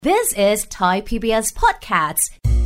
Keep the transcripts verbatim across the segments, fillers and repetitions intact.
This is Thai พี บี เอส Podcast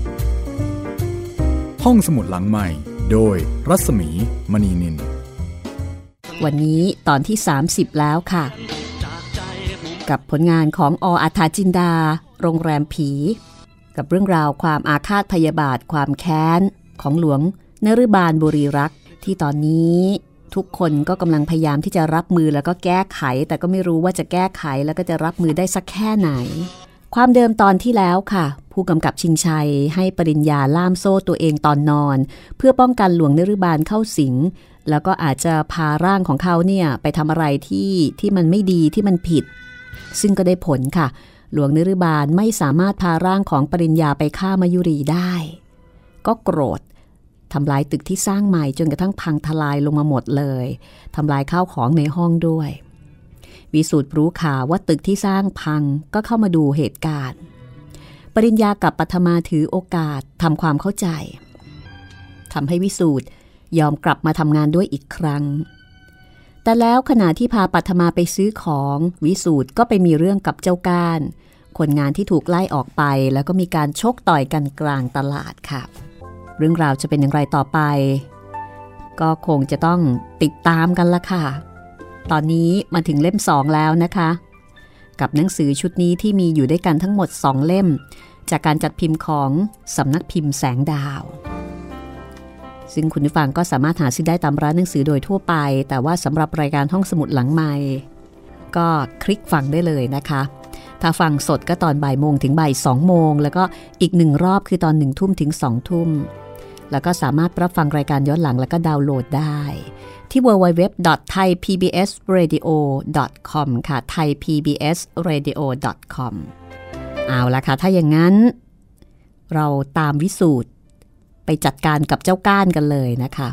ห้องสมุดหลังใหม่โดยรัศมีมณีนินวันนี้ตอนที่สามสิบแล้วค่ะกับผลงานของอ.อัฏฐจินดาโรงแรมผีกับเรื่องราวความอาฆาตพยาบาทความแค้นของหลวงนฤบาลบุรีรักษ์ที่ตอนนี้ทุกคนก็กำลังพยายามที่จะรับมือแล้วก็แก้ไขแต่ก็ไม่รู้ว่าจะแก้ไขแล้วก็จะรับมือได้สักแค่ไหนความเดิมตอนที่แล้วค่ะผู้กำกับชิงชัยให้ปริญญาล่ามโซ่ตัวเองตอนนอนเพื่อป้องกันหลวงนฤบาลเข้าสิงแล้วก็อาจจะพาร่างของเขาเนี่ยไปทำอะไรที่ที่มันไม่ดีที่มันผิดซึ่งก็ได้ผลค่ะหลวงนฤบาลไม่สามารถพาร่างของปริญญาไปฆ่ามายุรีได้ก็โกรธทำลายตึกที่สร้างใหม่จนกระทั่งพังทลายลงมาหมดเลยทำลายข้าวของในห้องด้วยวิสูตรรู้ข่าวว่าตึกที่สร้างพังก็เข้ามาดูเหตุการณ์ปริญญากับปัทมาถือโอกาสทำความเข้าใจทำให้วิสูตรยอมกลับมาทำงานด้วยอีกครั้งแต่แล้วขณะที่พาปัทมาไปซื้อของวิสูตรก็ไปมีเรื่องกับเจ้าก้านคนงานที่ถูกไล่ออกไปแล้วก็มีการชกต่อยกันกลางตลาดค่ะเรื่องราวจะเป็นอย่างไรต่อไปก็คงจะต้องติดตามกันละค่ะตอนนี้มาถึงเล่มสองแล้วนะคะกับหนังสือชุดนี้ที่มีอยู่ด้วยกันทั้งหมดสองเล่มจากการจัดพิมพ์ของสำนักพิมพ์แสงดาวซึ่งคุณผู้ฟังก็สามารถหาซื้อได้ตามร้านหนังสือโดยทั่วไปแต่ว่าสำหรับรายการห้องสมุดหลังไมค์ก็คลิกฟังได้เลยนะคะถ้าฟังสดก็ตอนบ่ายโมงถึงบ่ายสองโมงแล้วก็อีกหนึ่งรอบคือตอนหนึ่งทุ่มถึงสองทุ่มแล้วก็สามารถรับฟังรายการย้อนหลังแล้วก็ดาวน์โหลดได้ที่ ดับเบิลยู ดับเบิลยู ดับเบิลยู ดอท ไทย พี บี เอส เรดิโอ ดอท คอม ค่ะ ไทย พี บี เอส เรดิโอ ดอท คอม เอาล่ะค่ะถ้าอย่างนั้นเราตามวิสูตรไปจัดการกับเจ้าก้านกันเลยนะคะ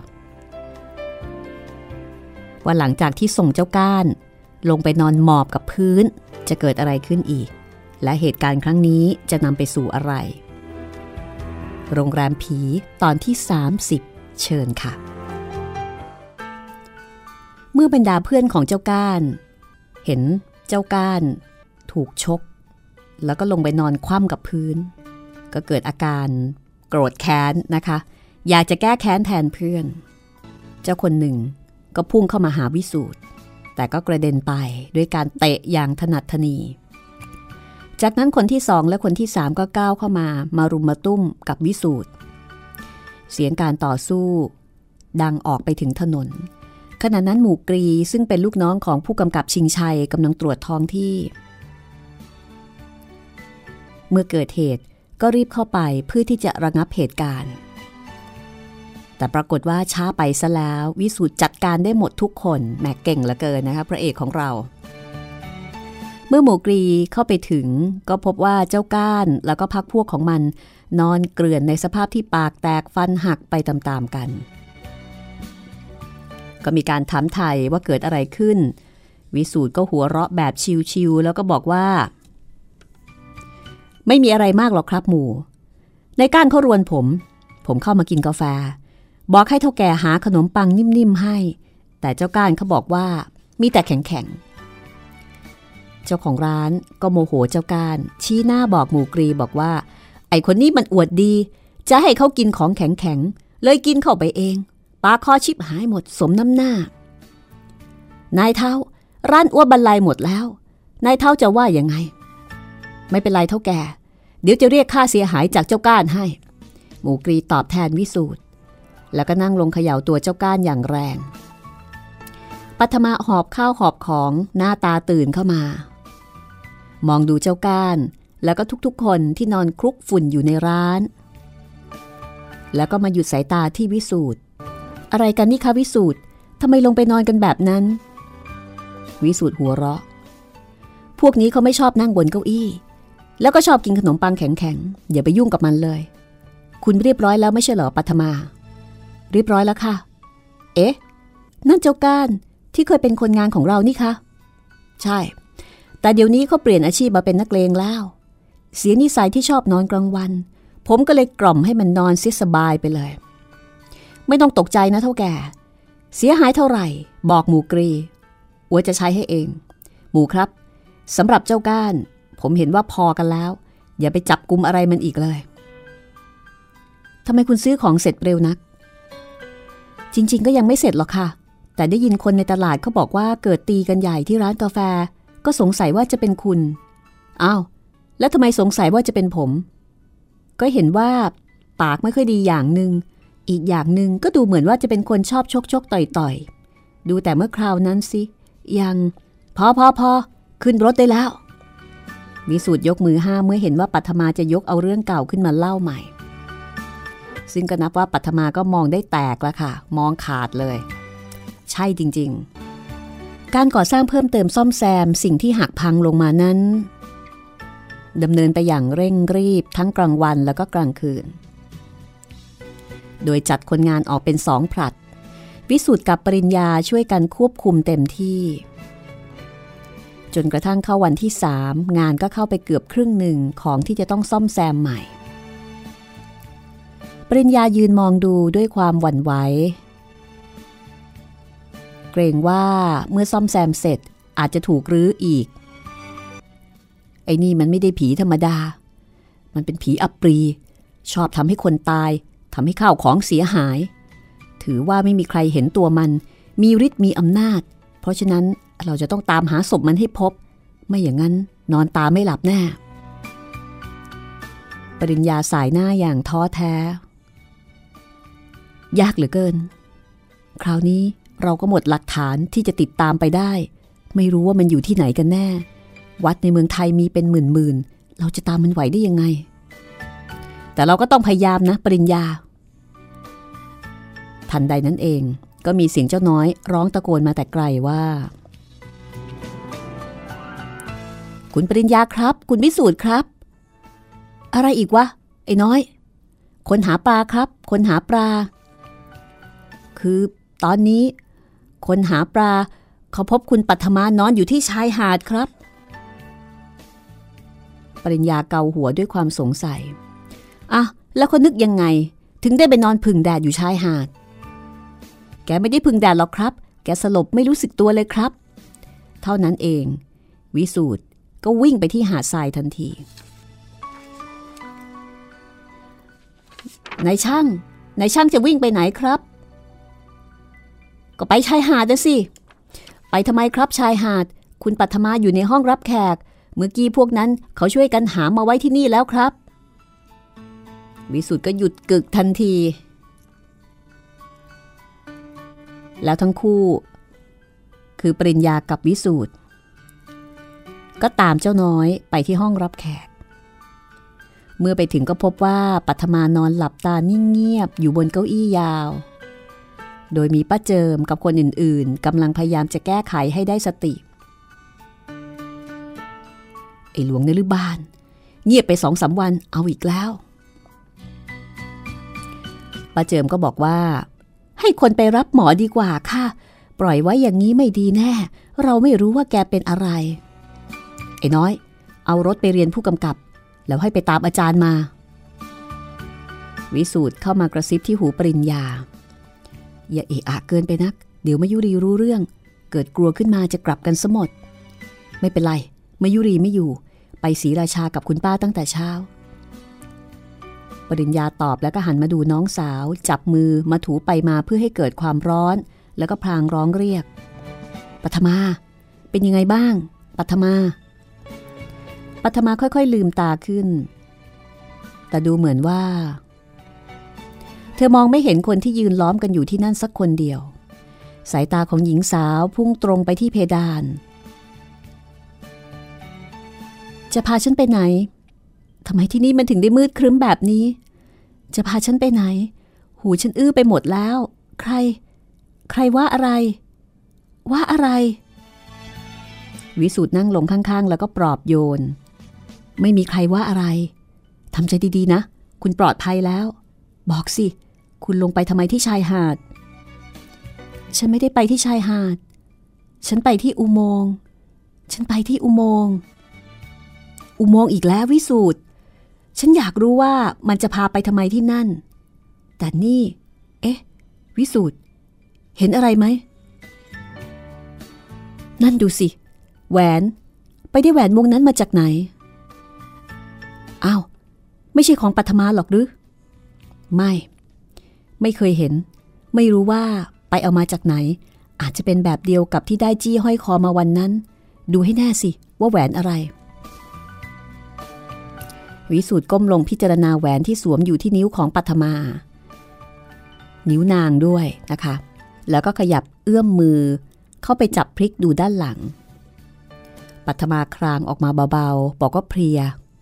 ว่าหลังจากที่ส่งเจ้าก้านลงไปนอนหมอบกับพื้นจะเกิดอะไรขึ้นอีกและเหตุการณ์ครั้งนี้จะนำไปสู่อะไรโรงแรมผีตอนที่สามสิบเชิญค่ะเมื่อบรรดาเพื่อนของเจ้าก้านเห็นเจ้าก้านถูกชกแล้วก็ลงไปนอนคว่ำกับพื้นก็เกิดอาการโกรธแค้นนะคะอยากจะแก้แค้นแทนเพื่อนเจ้าคนหนึ่งก็พุ่งเข้ามาหาวิสูตรแต่ก็กระเด็นไปด้วยการเตะอย่างถนัดถนีจากนั้นคนที่สองและคนที่สามก็ก้าวเข้ามามารุมมาตุ้มกับวิสูตรเสียงการต่อสู้ดังออกไปถึงถนนขณะนั้นหมู่กรีซึ่งเป็นลูกน้องของผู้กำกับชิงชัยกำลังตรวจท้องที่เมื่อเกิดเหตุก็รีบเข้าไปเพื่อที่จะระงับเหตุการณ์แต่ปรากฏว่าช้าไปซะแล้ววิสูตรจัดการได้หมดทุกคนแหมเก่งเหลือเกินนะคะพระเอกของเราเมื่อหมู่กรีเข้าไปถึงก็พบว่าเจ้าก้านแล้วก็พรรคพวกของมันนอนเกลื่อนในสภาพที่ปากแตกฟันหักไปตามๆกันก็มีการถามไถ่ว่าเกิดอะไรขึ้นวิสูตรก็หัวเราะแบบชิวๆแล้วก็บอกว่าไม่มีอะไรมากหรอกครับหมู่ในก้านเขารวนผมผมเข้ามากินกาแฟบอกให้เท่าแก่หาขนมปังนิ่มๆให้แต่เจ้าก้านเขาบอกว่ามีแต่แข็งๆเจ้าของร้านก็โมโหเจ้าก้านชี้หน้าบอกหมู่กรีบอกว่าไอ้คนนี้มันอวดดีจะให้เขากินของแข็งๆเลยกินเข้าไปเองปากคอชิบหายหมดสมน้ำหน้านายเท้าร้านอ้วบรรลัยหมดแล้วนายเท้าจะว่ายังไงไม่เป็นไรเท่าแก่เดี๋ยวจะเรียกค่าเสียหายจากเจ้าก้านให้หมู่กรีตอบแทนวิสูตรแล้วก็นั่งลงเขย่าตัวเจ้าก้านอย่างแรงปัทมาหอบข้าวหอบของหน้าตาตื่นเข้ามามองดูเจ้าก้านแล้วก็ทุกๆคนที่นอนคลุกฝุ่นอยู่ในร้านแล้วก็มาหยุดสายตาที่วิสูตรอะไรกันนี่คะวิสูตรทำไมลงไปนอนกันแบบนั้นวิสูตรหัวเราะพวกนี้เขาไม่ชอบนั่งบนเก้าอี้แล้วก็ชอบกินขนมปังแข็งๆอย่าไปยุ่งกับมันเลยคุณเรียบร้อยแล้วไม่ใช่เหรอปัทมาเรียบร้อยแล้วค่ะเอ๊ะนั่นเจ้าก้านที่เคยเป็นคนงานของเรานี่คะใช่แต่เดี๋ยวนี้เขาเปลี่ยนอาชีพมาเป็นนักเลงแล้วเสียนิสัยที่ชอบนอนกลางวันผมก็เลยกล่อมให้มันนอนเสียสบายไปเลยไม่ต้องตกใจนะเท่าแก่เสียหายเท่าไหร่บอกหมู่กรีอัวจะใช้ให้เองหมู่ครับสำหรับเจ้าก้านผมเห็นว่าพอกันแล้วอย่าไปจับกุมอะไรมันอีกเลยทำไมคุณซื้อของเสร็จเร็วนักจริงๆก็ยังไม่เสร็จหรอกค่ะแต่ได้ยินคนในตลาดเขาบอกว่าเกิดตีกันใหญ่ที่ร้านกาแฟก็สงสัยว่าจะเป็นคุณอ้าวแล้วทำไมสงสัยว่าจะเป็นผมก็เห็นว่าปากไม่ค่อยดีอย่างนึงอีกอย่างนึงก็ดูเหมือนว่าจะเป็นคนชอบชกชกต่อยต่อยดูแต่เมื่อคราวนั้นสิยังพอพอพอขึ้นรถได้แล้ววิสูตรยกมือห้ามเมื่อเห็นว่าปัทมาจะยกเอาเรื่องเก่าขึ้นมาเล่าใหม่ซึ่งก็นับว่าปัทมาก็มองได้แตกแล้วค่ะมองขาดเลยใช่จริงๆการก่อสร้างเพิ่มเติมซ่อมแซมสิ่งที่หักพังลงมานั้นดำเนินไปอย่างเร่งรีบทั้งกลางวันแล้วก็กลางคืนโดยจัดคนงานออกเป็นสองผลัดวิสูตรกับปริญญาช่วยกันควบคุมเต็มที่จนกระทั่งเข้าวันที่สามงานก็เข้าไปเกือบครึ่งหนึ่งของที่จะต้องซ่อมแซมใหม่ปริญญายืนมองดูด้วยความหวั่นไหวเกรงว่าเมื่อซ่อมแซมเสร็จอาจจะถูกรื้ออีกไอ้นี่มันไม่ได้ผีธรรมดามันเป็นผีอัปรีชอบทำให้คนตายทำให้ข้าวของเสียหายถือว่าไม่มีใครเห็นตัวมันมีฤทธิ์มีอำนาจเพราะฉะนั้นเราจะต้องตามหาศพมันให้พบไม่อย่างนั้นนอนตาไม่หลับแน่ปริญญาสายหน้าอย่างท้อแท้ยากเหลือเกินคราวนี้เราก็หมดหลักฐานที่จะติดตามไปได้ไม่รู้ว่ามันอยู่ที่ไหนกันแน่วัดในเมืองไทยมีเป็นหมื่นๆเราจะตามมันไหวได้ยังไงแต่เราก็ต้องพยายามนะปริญญาทันใดนั้นเองก็มีเสียงเจ้าน้อยร้องตะโกนมาแต่ไกลว่าคุณปริญญาครับคุณวิสูตรครับอะไรอีกวะไอ้น้อยคนหาปลาครับคนหาปลาคือตอนนี้คนหาปลาเขาพบคุณปัทมานอนอยู่ที่ชายหาดครับปริญญาเกาหัวด้วยความสงสัยอ่ะแล้วเขานึกยังไงถึงได้ไปนอนพึ่งแดดอยู่ชายหาดแกไม่ได้พึ่งแดดหรอกครับแกสลบไม่รู้สึกตัวเลยครับเท่านั้นเองวิสูตรก็วิ่งไปที่หาดทรายทันทีนายช่างนายช่างจะวิ่งไปไหนครับก็ไปชายหาดนะสิไปทำไมครับชายหาดคุณปัทมาอยู่ในห้องรับแขกเมื่อกี้พวกนั้นเขาช่วยกันหามาไว้ที่นี่แล้วครับวิสุทธ์ก็หยุดกึกทันทีแล้วทั้งคู่คือปริญญากับวิสุทธ์ก็ตามเจ้าน้อยไปที่ห้องรับแขกเมื่อไปถึงก็พบว่าปัทมานอนหลับตานิ่งเงียบอยู่บนเก้าอี้ยาวโดยมีป้าเจิมกับคนอื่นๆกำลังพยายามจะแก้ไขให้ได้สติไอ้หลวงนฤบาลเงียบไปสองสามวันเอาอีกแล้วป้าเจิมก็บอกว่าให้คนไปรับหมอดีกว่าค่ะปล่อยไว้อย่างนี้ไม่ดีแน่เราไม่รู้ว่าแกเป็นอะไรไอ้น้อยเอารถไปเรียนผู้กำกับแล้วให้ไปตามอาจารย์มาวิสูตรเข้ามากระซิบที่หูปริญญาอย่าเอะอะเกินไปนักเดี๋ยวมยุรีรู้เรื่องเกิดกลัวขึ้นมาจะกลับกันซะหมดไม่เป็นไรมยุรีไม่อยู่ไปศรีราชากับคุณป้าตั้งแต่เช้าปริญญาตอบแล้วก็หันมาดูน้องสาวจับมือมาถูไปมาเพื่อให้เกิดความร้อนแล้วก็พลางร้องเรียกปัทมาเป็นยังไงบ้างปัทมาปัทมาค่อยๆลืมตาขึ้นแต่ดูเหมือนว่าเธอมองไม่เห็นคนที่ยืนล้อมกันอยู่ที่นั่นสักคนเดียวสายตาของหญิงสาวพุ่งตรงไปที่เพดานจะพาฉันไปไหนทำไมที่นี่มันถึงได้มืดครึ้มแบบนี้จะพาฉันไปไหนหูฉันอื้อไปหมดแล้วใครใครว่าอะไรว่าอะไรวิสูตรนั่งลงข้างๆแล้วก็ปลอบโยนไม่มีใครว่าอะไรทำใจดีๆนะคุณปลอดภัยแล้วบอกสิคุณลงไปทำไมที่ชายหาดฉันไม่ได้ไปที่ชายหาดฉันไปที่อุโมงค์ฉันไปที่อุโมงค์อุโมงค์อีกแล้ววิสูตรฉันอยากรู้ว่ามันจะพาไปทำไมที่นั่นแต่นี่เอ๊ะวิสูตรเห็นอะไรไหมนั่นดูสิแหวนไปได้แหวนวงนั้นมาจากไหนอ้าวไม่ใช่ของปัทมาหรอกหรือไม่ไม่เคยเห็นไม่รู้ว่าไปเอามาจากไหนอาจจะเป็นแบบเดียวกับที่ได้จี้ห้อยคอมาวันนั้นดูให้แน่สิว่าแหวนอะไรวิสูตรก้มลงพิจารณาแหวนที่สวมอยู่ที่นิ้วของปัทมานิ้วนางด้วยนะคะแล้วก็ขยับเอื้อมมือเข้าไปจับพลิกดูด้านหลังปัทมาครางออกมาเบาๆบอกว่าเพลีย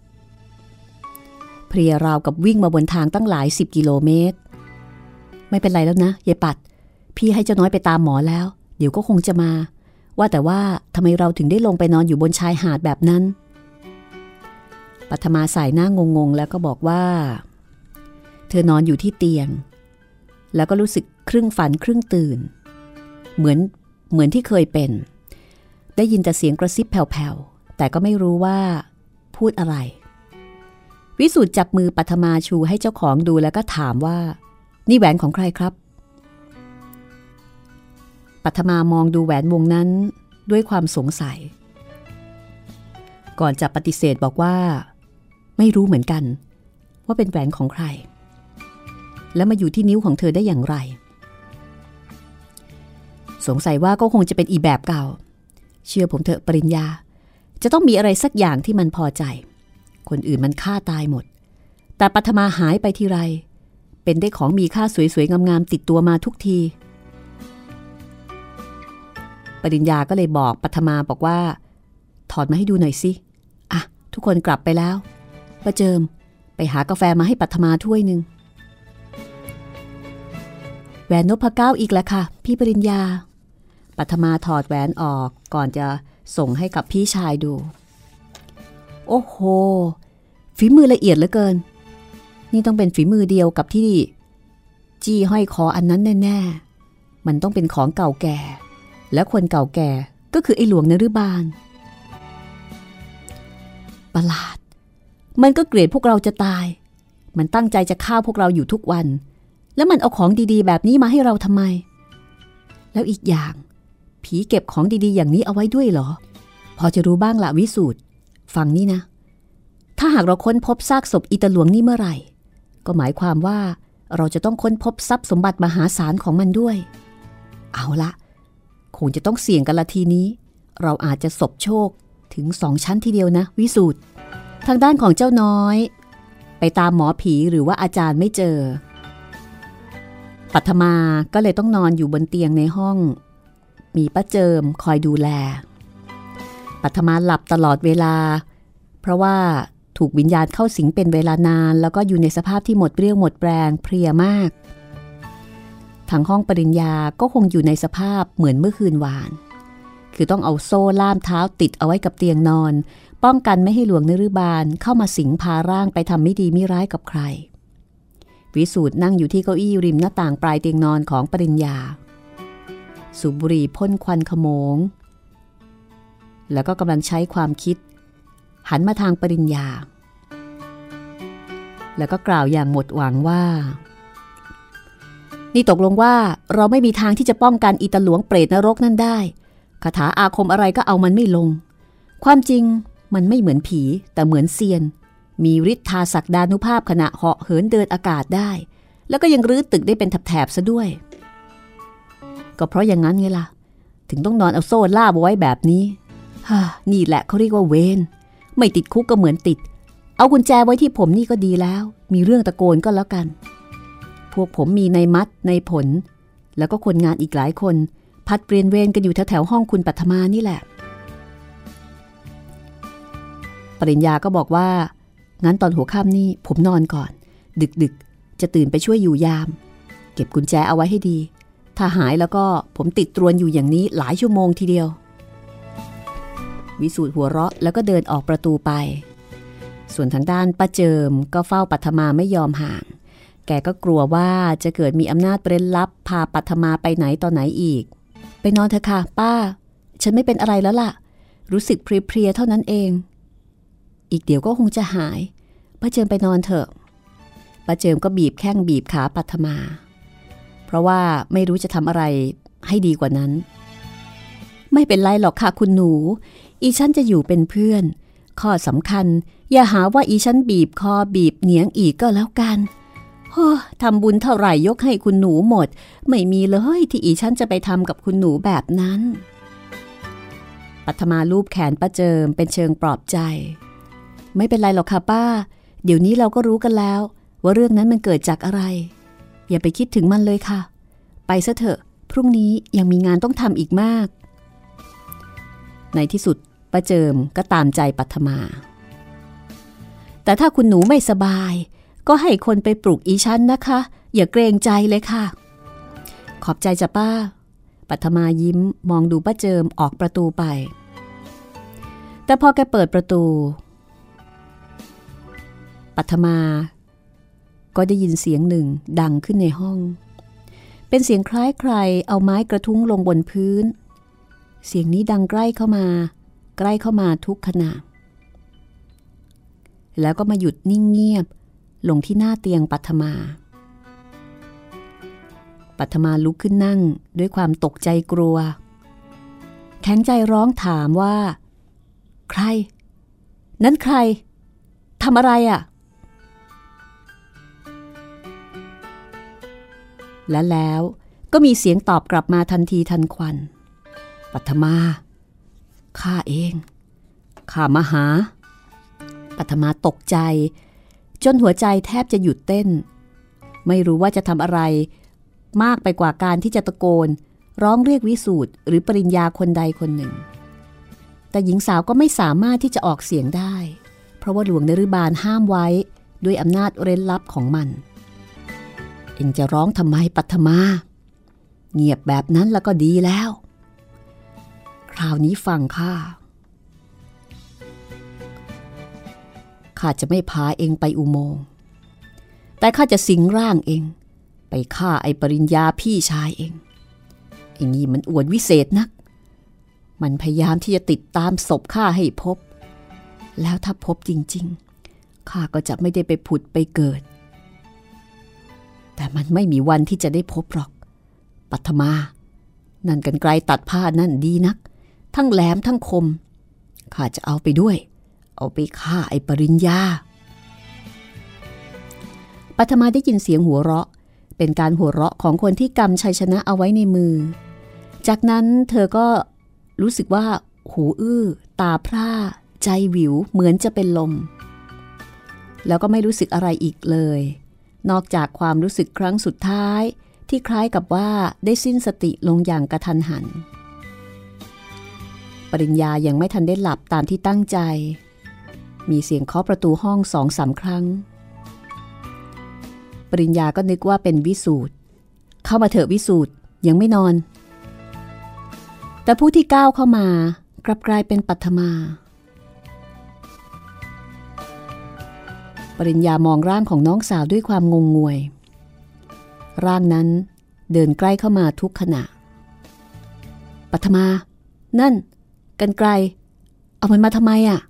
เพลียราวกับวิ่งมาบนทางตั้งหลายสิบกิโลเมตรไม่เป็นไรแล้วนะยายปัดพี่ให้เจ้าน้อยไปตามหมอแล้วเดี๋ยวก็คงจะมาว่าแต่ว่าทำไมเราถึงได้ลงไปนอนอยู่บนชายหาดแบบนั้นปัทมาสายหน้างงๆแล้วก็บอกว่าเธอนอนอยู่ที่เตียงแล้วก็รู้สึกครึ่งฝันครึ่งตื่นเหมือนเหมือนที่เคยเป็นได้ยินแต่เสียงกระซิบแผ่วๆแต่ก็ไม่รู้ว่าพูดอะไรวิสูตรจับมือปัทมาชูให้เจ้าของดูแล้วก็ถามว่านี่แหวนของใครครับปัทมามองดูแหวนวงนั้นด้วยความสงสัยก่อนจะปฏิเสธบอกว่าไม่รู้เหมือนกันว่าเป็นแหวนของใครแล้วมาอยู่ที่นิ้วของเธอได้อย่างไรสงสัยว่าก็คงจะเป็นอีแบบเก่าเชื่อผมเถอะปริญญาจะต้องมีอะไรสักอย่างที่มันพอใจคนอื่นมันฆ่าตายหมดแต่ปัทมาหายไปทีไรเป็นได้ของมีค่าสวยๆงามๆติดตัวมาทุกทีปริญญาก็เลยบอกปัทมาบอกว่าถอดมาให้ดูหน่อยสิอ่ะทุกคนกลับไปแล้วป้าเจิมไปหากาแฟมาให้ปัทมาถ้วยนึงแหวนนพเก้าอีกแล้วค่ะพี่ปริญญาปัทมาถอดแหวนออกก่อนจะส่งให้กับพี่ชายดูโอ้โหฝีมือละเอียดเหลือเกินนี่ต้องเป็นฝีมือเดียวกับที่จี้ห้อยคออันนั้นแน่ๆมันต้องเป็นของเก่าแก่และคนเก่าแก่ก็คือไอ้หลวงนฤบาลประหลาดมันก็เกลียดพวกเราจะตายมันตั้งใจจะฆ่าพวกเราอยู่ทุกวันแล้วมันเอาของดีๆแบบนี้มาให้เราทำไมแล้วอีกอย่างผีเก็บของดีๆอย่างนี้เอาไว้ด้วยเหรอพอจะรู้บ้างละวิสูตรฟังนี่นะถ้าหากเราค้นพบซากศพอีตาหลวงนี่เมื่อไหร่ก็หมายความว่าเราจะต้องค้นพบทรัพย์สมบัติมหาศาลของมันด้วยเอาละคงจะต้องเสี่ยงกันละทีนี้เราอาจจะสบโชคถึงสองชั้นทีเดียวนะวิสูตรทางด้านของเจ้าน้อยไปตามหมอผีหรือว่าอาจารย์ไม่เจอปัทมาก็เลยต้องนอนอยู่บนเตียงในห้องมีป้าเจิมคอยดูแลปัทมาหลับตลอดเวลาเพราะว่าถูกวิญญาณเข้าสิงเป็นเวลานานแล้วก็อยู่ในสภาพที่หมดเรี่ยวหมดแรงเพลียมากทางห้องปริญญาก็คงอยู่ในสภาพเหมือนเมื่อคืนวานคือต้องเอาโซ่ล่ามเท้าติดเอาไว้กับเตียงนอนป้องกันไม่ให้หลวงนฤบาลเข้ามาสิงพาร่างไปทำไม่ดีไม่ร้ายกับใครวิสูตรนั่งอยู่ที่เก้าอี้ริมหน้าต่างปลายเตียงนอนของปริญญาสูบบุหรี่พ่นควันขโมงแล้วก็กำลังใช้ความคิดหันมาทางปริญญาแล้วก็กล่าวอย่างหมดหวังว่านี่ตกลงว่าเราไม่มีทางที่จะป้องกันอีตาหลวงเปรตนรกนั่นได้คาถาอาคมอะไรก็เอามันไม่ลงความจริงมันไม่เหมือนผีแต่เหมือนเซียนมีฤทธาศักดานุภาพขณะเหาะเหินเดินอากาศได้แล้วก็ยังรื้อตึกได้เป็นแถบๆซะด้วยก็เพราะอย่างนั้นไงล่ะถึงต้องนอนเอาโซ่ล่าไว้แบบนี้ฮ่านี่แหละเขาเรียกว่าเวรไม่ติดคุกก็เหมือนติดเอากุญแจไว้ที่ผมนี่ก็ดีแล้วมีเรื่องตะโกนก็แล้วกันพวกผมมีในมัดในผลแล้วก็คนงานอีกหลายคนพัดเปลี่ยนเวรกันอยู่แถวๆห้องคุณปัทมานี่แหละปริญญาก็บอกว่างั้นตอนหัวค่ำนี่ผมนอนก่อนดึกๆจะตื่นไปช่วยอยู่ยามเก็บกุญแจเอาไว้ให้ดีถ้าหายแล้วก็ผมติดตรวนอยู่อย่างนี้หลายชั่วโมงทีเดียววิสูตรหัวเราะแล้วก็เดินออกประตูไปส่วนทางด้านป้าเจิมก็เฝ้าปัทมาไม่ยอมห่างแกก็กลัวว่าจะเกิดมีอำนาจเร้นลับพาปัทมาไปไหนต่อไหนอีกไปนอนเถอะค่ะป้าฉันไม่เป็นอะไรแล้วล่ะรู้สึกเพลียๆเท่านั้นเองอีกเดี๋ยวก็คงจะหายป้าเจิมไปนอนเถอะป้าเจิมก็บีบแข้งบีบขาปัทมาเพราะว่าไม่รู้จะทำอะไรให้ดีกว่านั้นไม่เป็นไรหรอกค่ะคุณหนูอีฉันจะอยู่เป็นเพื่อนข้อสำคัญอย่าหาว่าอีฉันบีบคอบีบเหนียงอีกก็แล้วกันโอ้ทำบุญเท่าไหร่ยกให้คุณหนูหมดไม่มีเลยที่อีฉันจะไปทำกับคุณหนูแบบนั้นปัทมาลูบแขนป้าเจิมเป็นเชิงปลอบใจไม่เป็นไรหรอกค่ะป้าเดี๋ยวนี้เราก็รู้กันแล้วว่าเรื่องนั้นมันเกิดจากอะไรอย่าไปคิดถึงมันเลยค่ะไปซะเถอะพรุ่งนี้ยังมีงานต้องทำอีกมากในที่สุดป้าเจิมก็ตามใจปัทมาแต่ถ้าคุณหนูไม่สบายก็ให้คนไปปลุกอีฉันนะคะอย่าเกรงใจเลยค่ะขอบใจจ้ะป้าปัทมายิ้มมองดูป้าเจิมออกประตูไปแต่พอแกเปิดประตูปัทมาก็ได้ยินเสียงหนึ่งดังขึ้นในห้องเป็นเสียงคล้ายใครเอาไม้กระทุ้งลงบนพื้นเสียงนี้ดังใกล้เข้ามาใกล้เข้ามาทุกขณะแล้วก็มาหยุดนิ่งเงียบลงที่หน้าเตียงปัทมาปัทมาลุกขึ้นนั่งด้วยความตกใจกลัวแข็งใจร้องถามว่าใครนั่นใครทำอะไรอ่ะและแล้วก็มีเสียงตอบกลับมาทันทีทันควันปัทมาข้าเองข้ามาหาปัทมาตกใจจนหัวใจแทบจะหยุดเต้นไม่รู้ว่าจะทำอะไรมากไปกว่าการที่จะตะโกนร้องเรียกวิสูตรหรือปริญญาคนใดคนหนึ่งแต่หญิงสาวก็ไม่สามารถที่จะออกเสียงได้เพราะว่าหลวงนฤบาลห้ามไว้ด้วยอำนาจเร้นลับของมันเอ็งจะร้องทำไมปัทมาเงียบแบบนั้นแล้วก็ดีแล้วคราวนี้ฟังข้าข้าจะไม่พาเองไปอุโมงค์แต่ข้าจะสิงร่างเองไปฆ่าไอ้ปริญญาพี่ชายเองไอ้นี่มันอวดวิเศษนักมันพยายามที่จะติดตามศพข้าให้พบแล้วถ้าพบจริงๆข้าก็จะไม่ได้ไปผุดไปเกิดแต่มันไม่มีวันที่จะได้พบหรอกปัทมานั่นกรรไกรตัดผ้านั่นดีนักทั้งแหลมทั้งคมข้าจะเอาไปด้วยเอาไปฆ่าไอ้ปริญญาปัทมาได้ยินเสียงหัวเราะเป็นการหัวเราะของคนที่กำชัยชนะเอาไว้ในมือจากนั้นเธอก็รู้สึกว่าหูอื้อตาพร่าใจหวิวเหมือนจะเป็นลมแล้วก็ไม่รู้สึกอะไรอีกเลยนอกจากความรู้สึกครั้งสุดท้ายที่คล้ายกับว่าได้สิ้นสติลงอย่างกระทันหันปริญญายังไม่ทันได้หลับตามที่ตั้งใจมีเสียงเคาะประตูห้องสองสามครั้งปริญญาก็นึกว่าเป็นวิสูตรเข้ามาเถอะวิสูตรยังไม่นอนแต่ผู้ที่ก้าวเข้ามากลับกลายเป็นปัทมาปริญญามองร่างของน้องสาวด้วยความงงงวยร่างนั้นเดินใกล้เข้ามาทุกขณะปัทมานั่นกรรไกรเอามันมาทำไมอ่ะ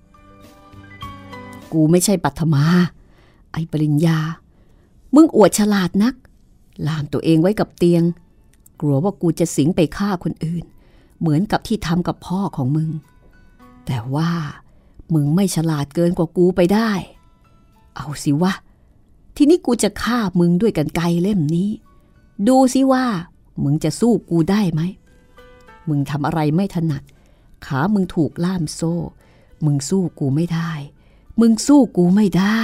กูไม่ใช่ปัทมาไอ้ปริญญามึงอวดฉลาดนักลามตัวเองไว้กับเตียงกลัวว่ากูจะสิงไปฆ่าคนอื่นเหมือนกับที่ทำกับพ่อของมึงแต่ว่ามึงไม่ฉลาดเกินกว่ากูไปได้เอาสิวะทีนี้กูจะฆ่ามึงด้วยกรรไกรเล่มนี้ดูสิว่ามึงจะสู้กูได้ไหมมึงทำอะไรไม่ถนัดขามึงถูกล่ามโซ่มึงสู้กูไม่ได้มึงสู้กูไม่ได้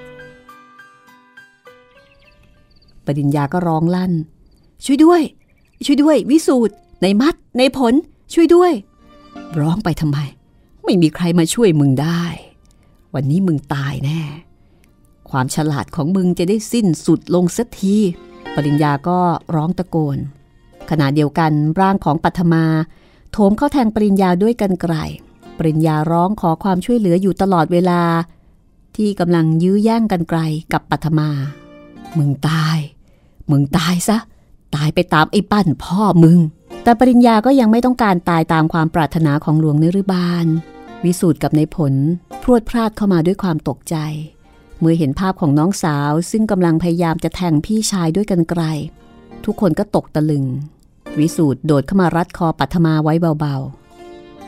ปริญญาก็ร้องลั่นช่วยด้วยช่วยด้วยวิสูตรในมัดในผลช่วยด้วยร้องไปทำไมไม่มีใครมาช่วยมึงได้วันนี้มึงตายแน่ความฉลาดของมึงจะได้สิ้นสุดลงสักทีปริญญาก็ร้องตะโกนขณะเดียวกันร่างของปัทมาโถมเข้าแทงปริญญาด้วยกรรไกรปริญญาร้องขอความช่วยเหลืออยู่ตลอดเวลาที่กำลังยื้อแย่งกรรไกรกับปัทมามึงตายมึงตายซะตายไปตามไอ้ปั้นพ่อมึงแต่ปริญญาก็ยังไม่ต้องการตายตามความปรารถนาของหลวงนฤบาลวิสูตรกับในผลพรวดพราดเข้ามาด้วยความตกใจเมื่อเห็นภาพของน้องสาวซึ่งกำลังพยายามจะแทงพี่ชายด้วยกรรไกรทุกคนก็ตกตะลึงวิสูตรโดดเข้ามารัดคอปัทมาไว้เบาๆ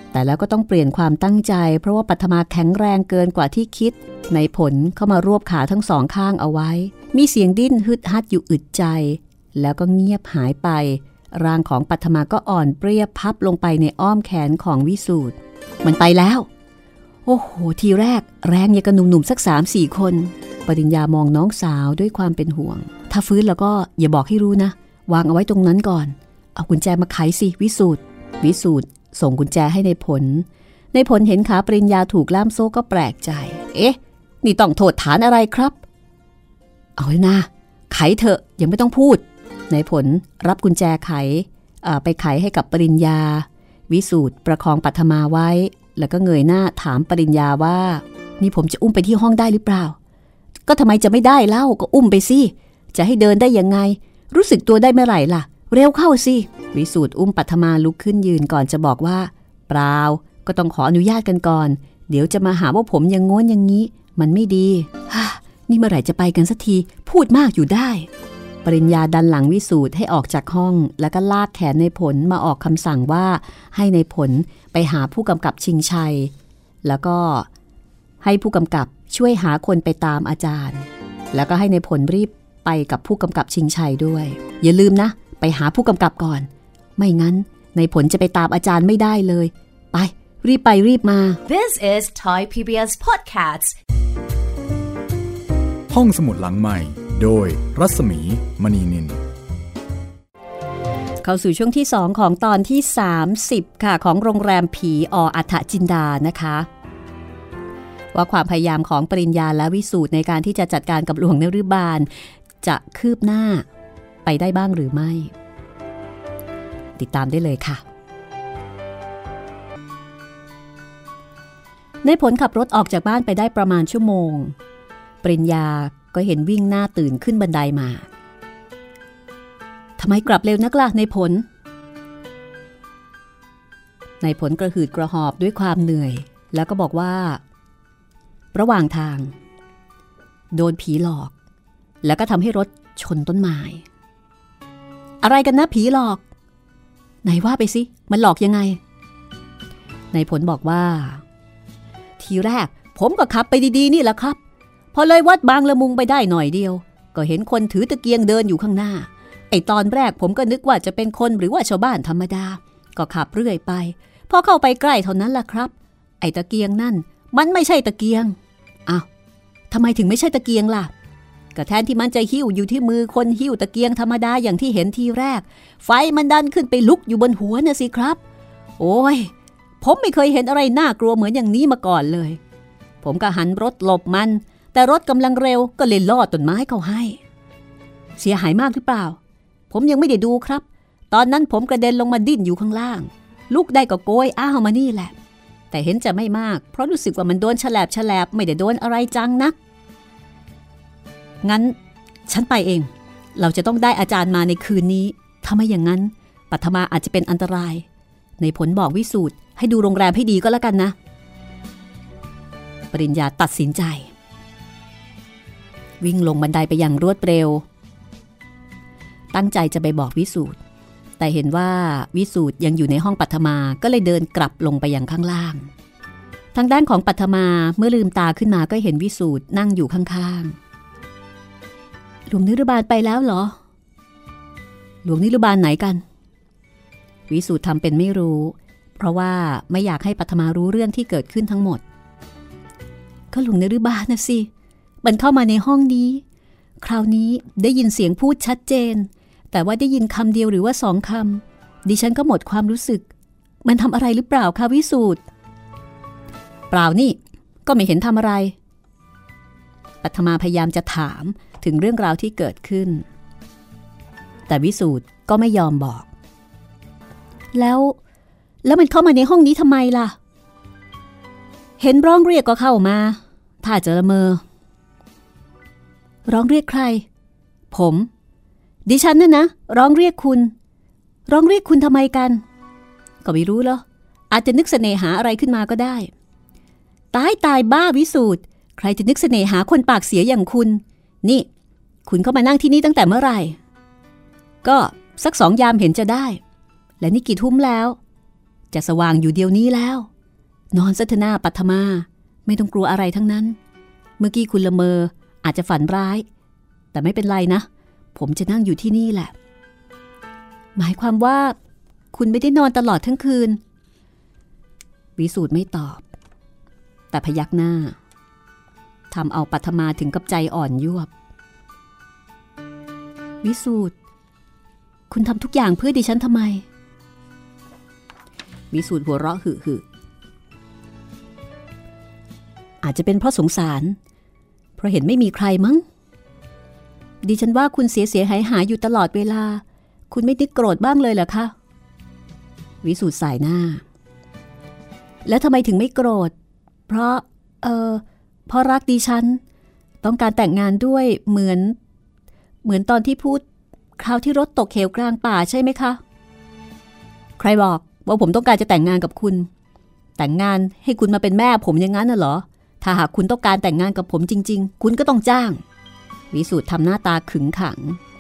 แต่แล้วก็ต้องเปลี่ยนความตั้งใจเพราะว่าปัทมาแข็งแรงเกินกว่าที่คิดในผลเข้ามารวบขาทั้งสองข้างเอาไว้มีเสียงดิ้นฮึดฮัดอยู่อึดใจแล้วก็เงียบหายไปร่างของปัทมาก็อ่อนเปรียบพับลงไปในอ้อมแขนของวิสูตรมันไปแล้วโอ้โหทีแรกแรงอย่างกับหนุ่มๆสัก สามสี่ คนปริญญามองน้องสาวด้วยความเป็นห่วงถ้าฟื้นแล้วก็อย่าบอกให้รู้นะวางเอาไว้ตรงนั้นก่อนเอากุญแจมาไขสิวิสูตรวิสูตรส่งกุญแจให้ในผลในผลเห็นขาปริญญาถูกล่ามโซ่ก็แปลกใจเอ๊ะนี่ต้องโทษฐานอะไรครับเอาเลยนะไขเถอะยังไม่ต้องพูดในผลรับกุญแจไขไปไขให้กับปริญญาวิสูตรประคองปัทมาไว้แล้วก็เงยหน้าถามปริญญาว่านี่ผมจะอุ้มไปที่ห้องได้หรือเปล่าก็ทำไมจะไม่ได้เล่าก็อุ้มไปสิจะให้เดินได้ยังไงรู้สึกตัวได้เมื่อไหร่ล่ะเร็วเข้าสิวิสูตรอุ้มปัทมาลุกขึ้นยืนก่อนจะบอกว่าเปล่าก็ต้องขออนุญาตกันก่อนเดี๋ยวจะมาหาว่าผมยังโง้นอย่างนี้มันไม่ดีนี่เมื่อไหร่จะไปกันสักทีพูดมากอยู่ได้ปริญญาดันหลังวิสูตรให้ออกจากห้องแล้วก็ลากแขนในผลมาออกคำสั่งว่าให้ในผลไปหาผู้กำกับชิงชัยแล้วก็ให้ผู้กำกับช่วยหาคนไปตามอาจารย์แล้วก็ให้ในผลรีบไปกับผู้กำกับชิงชัยด้วยอย่าลืมนะไปหาผู้กำกับก่อนไม่งั้นในผลจะไปตามอาจารย์ไม่ได้เลยไปรีบไปรีบมา This is Thai พี บี เอส Podcast ห้องสมุดหลังใหม่โดยรัศมีมณีนินเข้าสู่ช่วงที่สองของตอนที่สามสิบค่ะของโรงแรมผีออัฏฐจินดานะคะว่าความพยายามของปริญญาและวิสูตรในการที่จะจัดการกับหลวงนฤบาลจะคืบหน้าไปได้บ้างหรือไม่ติดตามได้เลยค่ะในผลขับรถออกจากบ้านไปได้ประมาณชั่วโมงปริญญาก็เห็นวิ่งหน้าตื่นขึ้นบันไดมาทำไมกลับเร็วนักล่ะในผลในผลกระหืดกระหอบด้วยความเหนื่อยแล้วก็บอกว่าระหว่างทางโดนผีหลอกแล้วก็ทำให้รถชนต้นไม้อะไรกันนะผีหลอกไหนว่าไปสิมันหลอกยังไงในผลบอกว่าทีแรกผมก็ขับไปดีๆนี่แหละครับพอเลยวัดบางละมุงไปได้หน่อยเดียวก็เห็นคนถือตะเกียงเดินอยู่ข้างหน้าไอ้ตอนแรกผมก็นึกว่าจะเป็นคนหรือว่าชาวบ้านธรรมดาก็ขับเรื่อยไปพอเข้าไปใกล้เท่านั้นล่ะครับไอ้ตะเกียงนั่นมันไม่ใช่ตะเกียงอ้าวทำไมถึงไม่ใช่ตะเกียงล่ะก็แทนที่มันจะหิ้วอยู่ที่มือคนหิ้วตะเกียงธรรมดาอย่างที่เห็นทีแรกไฟมันดันขึ้นไปลุกอยู่บนหัวน่ะสิครับโอ้ยผมไม่เคยเห็นอะไรน่ากลัวเหมือนอย่างนี้มาก่อนเลยผมก็หันรถหลบมันแต่รถกำลังเร็วก็เลยลอดต้นไม้เข้าให้เสียหายมากหรือเปล่าผมยังไม่ได้ดูครับตอนนั้นผมกระเด็นลงมาดิ้นอยู่ข้างล่างลูกได้ก็โกยอ้าวมานี่แหละแต่เห็นจะไม่มากเพราะรู้สึกว่ามันโดนแฉลบแฉลบไม่ได้โดนอะไรจังนักงั้นฉันไปเองเราจะต้องได้อาจารย์มาในคืนนี้ถ้าไม่อย่างนั้นปัทมาอาจจะเป็นอันตรายในผลบอกวิสูตรให้ดูโรงแรมให้ดีก็แล้วกันนะปริญญาตัดสินใจวิ่งลงบันไดไปอย่างรวดเร็วตั้งใจจะไปบอกวิสูตรแต่เห็นว่าวิสูตรยังอยู่ในห้องปัทมาก็เลยเดินกลับลงไปยังข้างล่างทางด้านของปัทมาเมื่อลืมตาขึ้นมาก็เห็นวิสูตรนั่งอยู่ข้างๆหลวงนิรบาลไปแล้วเหรอหลวงนิรบาลไหนกันวิสูตรทำเป็นไม่รู้เพราะว่าไม่อยากให้ปัทมารู้เรื่องที่เกิดขึ้นทั้งหมดก็หลวงนิรบาลนะสิมันเข้ามาในห้องนี้คราวนี้ได้ยินเสียงพูดชัดเจนแต่ว่าได้ยินคำเดียวหรือว่าสองคำดิฉันก็หมดความรู้สึกมันทำอะไรหรือเปล่าคะวิสูตรเปล่านี่ก็ไม่เห็นทำอะไรปัทมาพยายามจะถามถึงเรื่องราวที่เกิดขึ้นแต่วิสูตรก็ไม่ยอมบอกแล้วแล้วมันเข้ามาในห้องนี้ทำไมล่ะเห็นร้องเรียกก็เข้ามาถ้าจะละเมอร้องเรียกใครผมดิฉันน่ะนะร้องเรียกคุณร้องเรียกคุณทำไมกันก็ไม่รู้เหรออาจจะนึกเสน่หาอะไรขึ้นมาก็ได้ตายตายบ้าวิสูตรใครจะนึกเสน่หาคนปากเสียอย่างคุณนี่คุณเข้ามานั่งที่นี่ตั้งแต่เมื่อไหร่ก็สักสองยามเห็นจะได้และนี่กี่ทุ่มแล้วจะสว่างอยู่เดียวนี้แล้วนอนซะเถอะหน้าปัทมาไม่ต้องกลัวอะไรทั้งนั้นเมื่อกี้คุณละเมออาจจะฝันร้ายแต่ไม่เป็นไรนะผมจะนั่งอยู่ที่นี่แหละหมายความว่าคุณไม่ได้นอนตลอดทั้งคืนวิสูตรไม่ตอบแต่พยักหน้าทำเอาปัทมาถึงกับใจอ่อนยวบวิสูตรคุณทำทุกอย่างเพื่อดิฉันทำไมวิสูตรหัวเราะหึหึอาจจะเป็นเพราะสงสารเพราะเห็นไม่มีใครมั้งดิฉันว่าคุณเสียเสียหายหายอยู่ตลอดเวลาคุณไม่นึกโกรธบ้างเลยเหรอคะวิสูตรสายหน้าแล้วทำไมถึงไม่โกรธเพราะเออเพราะรักดิฉันต้องการแต่งงานด้วยเหมือนเหมือนตอนที่พูดคราวที่รถตกเหวกลางป่าใช่ไหมคะใครบอกว่าผมต้องการจะแต่งงานกับคุณแต่งงานให้คุณมาเป็นแม่ผมอย่างนั้นน่ะเหรอถ้าหากคุณต้องการแต่งงานกับผมจริงๆคุณก็ต้องจ้างวิสูตรทำหน้าตาขึงขัง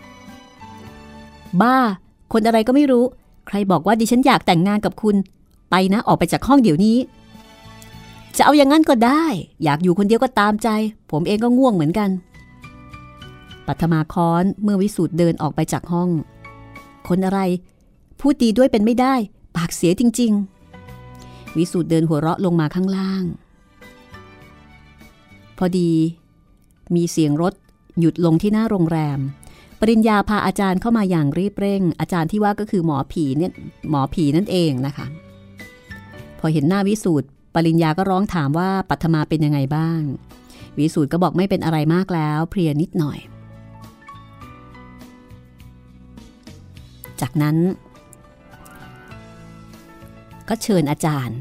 บ้าคนอะไรก็ไม่รู้ใครบอกว่าดิฉันอยากแต่งงานกับคุณไปนะออกไปจากห้องเดี๋ยวนี้จะเอาอย่างนั้นก็ได้อยากอยู่คนเดียวก็ตามใจผมเองก็ง่วงเหมือนกันปัทมาค้อนเมื่อวิสูตรเดินออกไปจากห้องคนอะไรพูดดีด้วยเป็นไม่ได้ปากเสียจริงๆวิสูตรเดินหัวเราะลงมาข้างล่างพอดีมีเสียงรถหยุดลงที่หน้าโรงแรมปริญญาพาอาจารย์เข้ามาอย่างรีบเร่งอาจารย์ที่ว่าก็คือหมอผีเนี่ยหมอผีนั่นเองนะคะพอเห็นหน้าวิสูตรปริญญาก็ร้องถามว่าปัทมาเป็นยังไงบ้างวิสูตรก็บอกไม่เป็นอะไรมากแล้วเพลียนิดหน่อยจากนั้นก็เชิญอาจารย์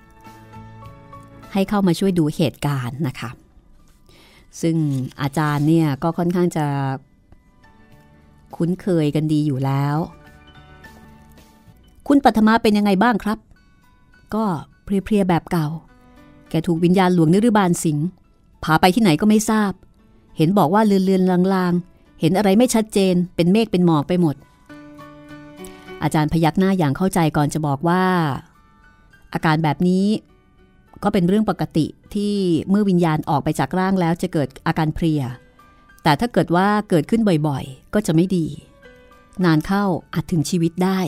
ให้เข้ามาช่วยดูเหตุการณ์นะคะซึ่งอาจารย์เนี่ยก็ค่อนข้างจะคุ้นเคยกันดีอยู่แล้วคุณปัทมาเป็นยังไงบ้างครับก็เพลียๆแบบเก่าแกถูกวิญญาณหลวงนิรบาลสิงพาไปที่ไหนก็ไม่ทราบเห็นบอกว่าเลือนๆลางๆเห็นอะไรไม่ชัดเจนเป็นเมฆเป็นหมอกไปหมดอาจารย์พยักหน้าอย่างเข้าใจก่อนจะบอกว่าอาการแบบนี้ก็เป็นเรื่องปกติที่เมื่อวิญญาณออกไปจากร่างแล้วจะเกิดอาการเพลียแต่ถ้าเกิดว่าเกิดขึ้นบ่อยๆก็จะไม่ดีนานเข้าอาจถึงชีวิตได้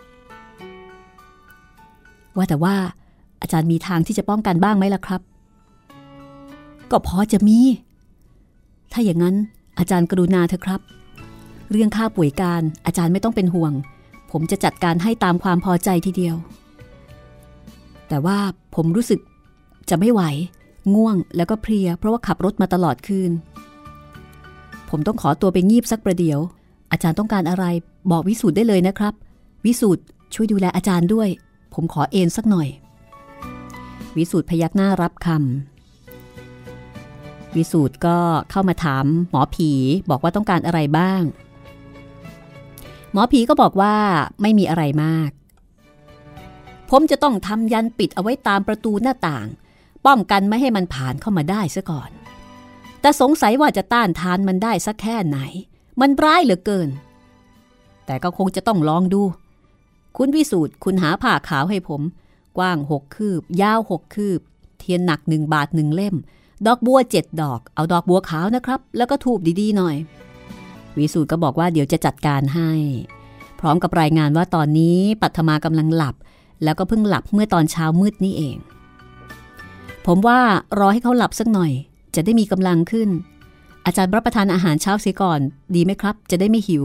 ว่าแต่ว่าอาจารย์มีทางที่จะป้องกันบ้างไหมล่ะครับก็พอจะมีถ้าอย่างนั้นอาจารย์กรุณาเถอะครับเรื่องค่าป่วยการอาจารย์ไม่ต้องเป็นห่วงผมจะจัดการให้ตามความพอใจทีเดียวแต่ว่าผมรู้สึกจะไม่ไหวง่วงแล้วก็เพลียเพราะว่าขับรถมาตลอดคืนผมต้องขอตัวไปงีบสักประเดี๋ยวอาจารย์ต้องการอะไรบอกวิสูตรได้เลยนะครับวิสูตรช่วยดูแลอาจารย์ด้วยผมขอเอนสักหน่อยวิสูตรพยักหน้ารับคำวิสูตรก็เข้ามาถามหมอผีบอกว่าต้องการอะไรบ้างหมอผีก็บอกว่าไม่มีอะไรมากผมจะต้องทำยันปิดเอาไว้ตามประตูหน้าต่างป้องกันไม่ให้มันผ่านเข้ามาได้ซะก่อนแต่สงสัยว่าจะต้านทานมันได้สักแค่ไหนมันร้ายเหลือเกินแต่ก็คงจะต้องลองดูคุณวิสูตรคุณหาผ้าขาวให้ผมกว้างหกคืบยาวหกคืบเทียนหนักหนึ่งบาทหนึ่งเล่มดอกบัวเจ็ดดอกเอาดอกบัวขาวนะครับแล้วก็ธูปดีๆหน่อยวิสูตรก็บอกว่าเดี๋ยวจะจัดการให้พร้อมกับรายงานว่าตอนนี้ปัทมากำลังหลับแล้วก็เพิ่งหลับเมื่อตอนเช้ามืดนี่เองผมว่ารอให้เขาหลับสักหน่อยจะได้มีกำลังขึ้นอาจารย์รับประทานอาหารเช้าเสียก่อนดีไหมครับจะได้ไม่หิว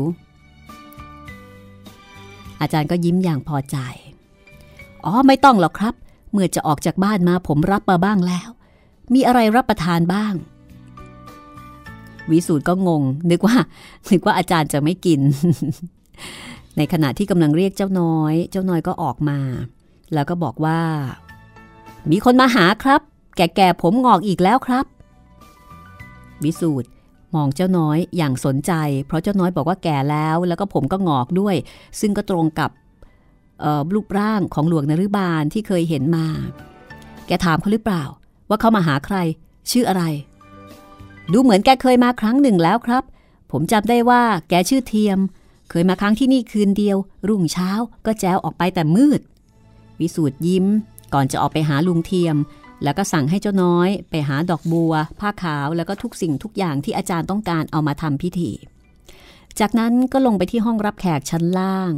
อาจารย์ก็ยิ้มอย่างพอใจอ๋อไม่ต้องหรอกครับเมื่อจะออกจากบ้านมาผมรับมาบ้างแล้วมีอะไรรับประทานบ้างวิสูตรก็งงนึกว่านึกว่าอาจารย์จะไม่กิน ในขณะที่กำลังเรียกเจ้าน้อยเจ้าน้อยก็ออกมาแล้วก็บอกว่ามีคนมาหาครับแก่ๆผมงอกอีกแล้วครับวิสูตรมองเจ้าน้อยอย่างสนใจเพราะเจ้าน้อยบอกว่าแก่แล้วแล้วก็ผมก็งอกด้วยซึ่งก็ตรงกับรูปร่างของหลวงนฤบาลที่เคยเห็นมาแกถามเขาหรือเปล่าว่าเขามาหาใครชื่ออะไรดูเหมือนแกเคยมาครั้งหนึ่งแล้วครับผมจำได้ว่าแกชื่อเทียมเคยมาครั้งที่นี่คืนเดียวรุ่งเช้าก็แจวออกไปแต่มืดวิสูตรยิ้มก่อนจะออกไปหาลุงเทียมแล้วก็สั่งให้เจ้าน้อยไปหาดอกบัวผ้าขาวแล้วก็ทุกสิ่งทุกอย่างที่อาจารย์ต้องการเอามาทำพิธีจากนั้นก็ลงไปที่ห้องรับแขกชั้นล่าง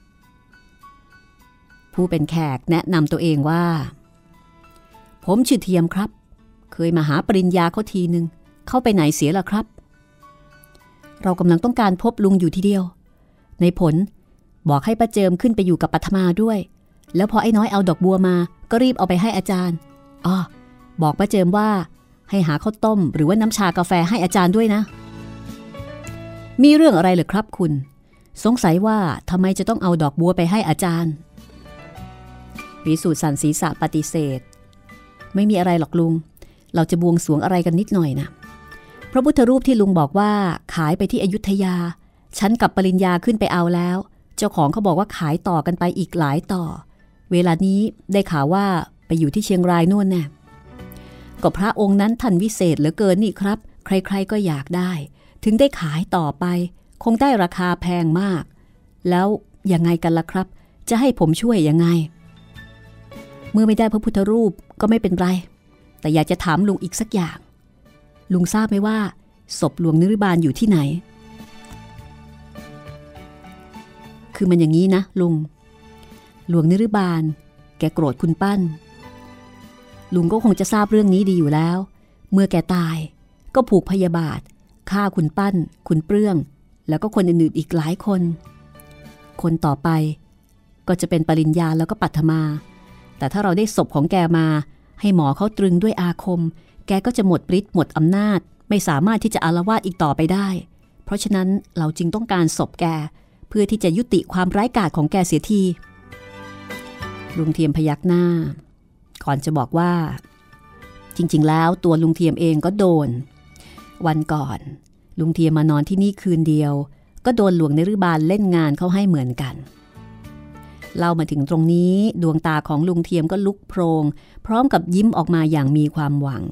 ผู้เป็นแขกแนะนำตัวเองว่าผมชื่อเทียมครับเคยมาหาปริญญาเขาทีนึงเข้าไปไหนเสียล่ะครับเรากำลังต้องการพบลุงอยู่ทีเดียวในผลบอกให้ป้าเจิมขึ้นไปอยู่กับปัทมาด้วยแล้วพอไอ้น้อยเอาดอกบัวมาก็รีบเอาไปให้อาจารย์อ้อบอกป้าเจิมว่าให้หาข้าวต้มหรือว่าน้ำชากาแฟให้อาจารย์ด้วยนะมีเรื่องอะไรเหรอครับคุณสงสัยว่าทำไมจะต้องเอาดอกบัวไปให้อาจารย์วิสูตรสันศีรษะปฏิเสธไม่มีอะไรหรอกลุงเราจะบวงสรวงอะไรกันนิดหน่อยนะพระพุทธรูปที่ลุงบอกว่าขายไปที่อยุธยาฉันกับปริญญาขึ้นไปเอาแล้วเจ้าของเขาบอกว่าขายต่อกันไปอีกหลายต่อเวลานี้ได้ข่าวว่าไปอยู่ที่เชียงรายนู่นแน่ก็พระองค์นั้นท่านวิเศษเหลือเกินนี่ครับใครๆก็อยากได้ถึงได้ขายต่อไปคงได้ราคาแพงมากแล้วยังไงกันล่ะครับจะให้ผมช่วยยังไงเมื่อไม่ได้พระพุทธรูปก็ไม่เป็นไรแต่อยากจะถามลุงอีกสักอย่างลุงทราบไหมว่าศพหลวงนิรบาลอยู่ที่ไหนคือมันอย่างนี้นะลุงหลวงนิรบาลแกโกรธคุณปั้นลุงก็คงจะทราบเรื่องนี้ดีอยู่แล้วเมื่อแกตายก็ผูกพยาบาทฆ่าคุณปั้นคุณเปลื้องแล้วก็คนอื่นๆอีกหลายคนคนต่อไปก็จะเป็นปริญญาแล้วก็ปัทมาแต่ถ้าเราได้ศพของแกมาให้หมอเขาตรึงด้วยอาคมแกก็จะหมดฤทธิ์หมดอำนาจไม่สามารถที่จะอาละวาดอีกต่อไปได้เพราะฉะนั้นเราจึงต้องการศพแกเพื่อที่จะยุติความร้ายกาจของแกเสียทีลุงเทียมพยักหน้าก่อนจะบอกว่าจริงๆแล้วตัวลุงเทียมเองก็โดนวันก่อนลุงเทียมมานอนที่นี่คืนเดียวก็โดนหลวงนิรบาลเล่นงานเขาให้เหมือนกันเล่ามาถึงตรงนี้ดวงตาของลุงเทียมก็ลุกโพลงพร้อมกับยิ้มออกมาอย่างมีความหวัง